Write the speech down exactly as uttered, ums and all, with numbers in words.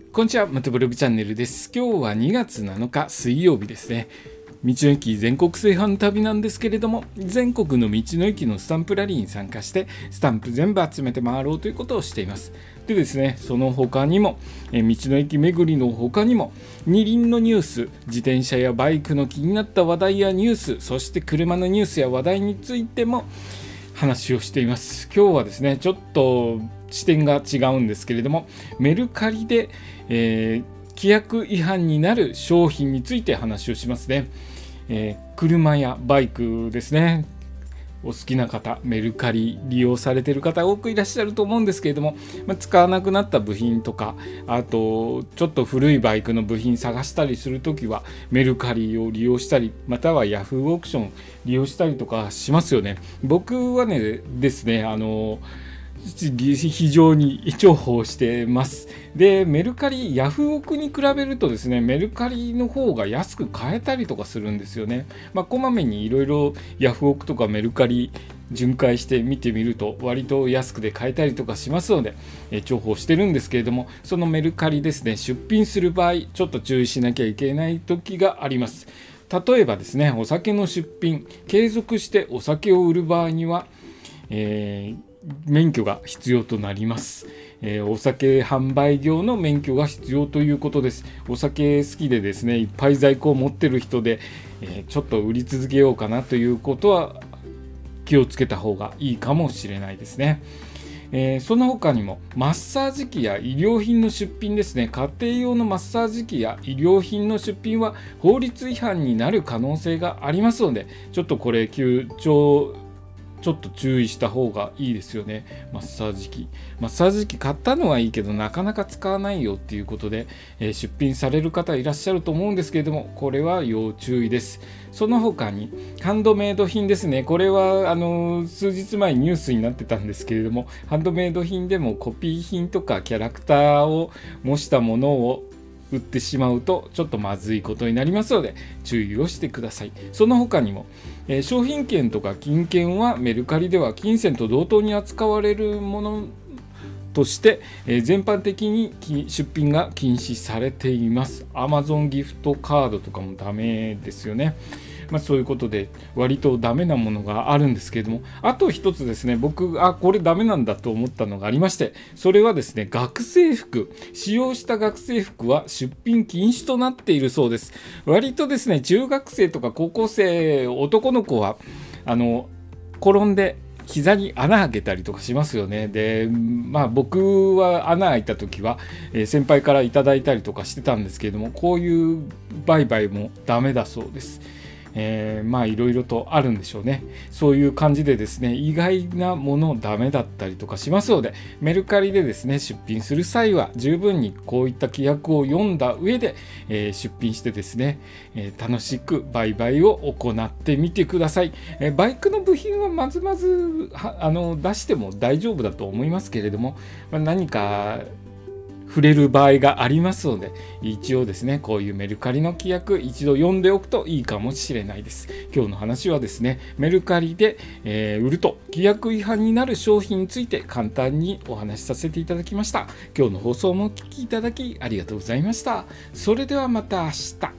こんにちは、またブログチャンネルです。今日はにがつなのか水曜日ですね。道の駅全国制覇の旅なんですけれども、全国の道の駅のスタンプラリーに参加してスタンプ全部集めて回ろうということをしています。でですね、その他にもえ道の駅巡りの他にも二輪のニュース、自転車やバイクの気になった話題やニュース、そして車のニュースや話題についても話をしています。今日はですね、ちょっと視点が違うんですけれども、メルカリで、えー、規約違反になる商品について話をしますね。えー、車やバイクですね。お好きな方、メルカリ利用されている方多くいらっしゃると思うんですけれども、まあ、使わなくなった部品とか、あとちょっと古いバイクの部品探したりするときはメルカリを利用したり、またはヤフーオークション利用したりとかしますよね。僕はねですね、あの非常に重宝してます。で、メルカリ、ヤフオクに比べるとですね、メルカリの方が安く買えたりとかするんですよね。まあ、こまめにいろいろヤフオクとかメルカリ巡回して見てみると割と安くで買えたりとかしますので、え重宝してるんですけれども、そのメルカリですね、出品する場合ちょっと注意しなきゃいけない時があります。例えばですね、お酒の出品、継続してお酒を売る場合には、えー免許が必要となります、えー、お酒販売業の免許が必要ということです。お酒好きでですね、いっぱい在庫を持ってる人で、えー、ちょっと売り続けようかなということは気をつけた方がいいかもしれないですね。えー、その他にもマッサージ機や医療品の出品ですね。家庭用のマッサージ機や医療品の出品は法律違反になる可能性がありますので、ちょっとこれ急調ちょっと注意した方がいいですよね。マッサージ機マッサージ機買ったのはいいけどなかなか使わないよっていうことで、えー、出品される方いらっしゃると思うんですけれども、これは要注意です。その他にハンドメイド品ですね。これはあの数日前ニュースになってたんですけれども、ハンドメイド品でもコピー品とかキャラクターを模したものを売ってしまうとちょっとまずいことになりますので注意をしてください。その他にも、えー、商品券とか金券はメルカリでは金銭と同等に扱われるものとして、えー、全般的に出品が禁止されています。 Amazon ギフトカードとかもダメですよね。まあ、そういうことで割とダメなものがあるんですけれども、あと一つですね、僕あこれダメなんだと思ったのがありまして、それはですね、学生服、使用した学生服は出品禁止となっているそうです。割とですね、中学生とか高校生男の子はあの転んで膝に穴開けたりとかしますよね。で、まあ僕は穴開いた時は、えー、先輩からいただいたりとかしてたんですけれども、こういう売買もダメだそうです。えー、まあいろいろとあるんでしょうね。そういう感じでですね、意外なものダメだったりとかしますので、メルカリでですね出品する際は十分にこういった規約を読んだ上で、えー、出品してですね、えー、楽しく売買を行ってみてください。えー、バイクの部品はまずまずはあの出しても大丈夫だと思いますけれども、まあ、何か触れる場合がありますので、一応ですね、こういうメルカリの規約一度読んでおくといいかもしれないです。今日の話はですね、メルカリで、えー、売ると規約違反になる商品について簡単にお話しさせていただきました。今日の放送もお聞きいただきありがとうございました。それではまた明日。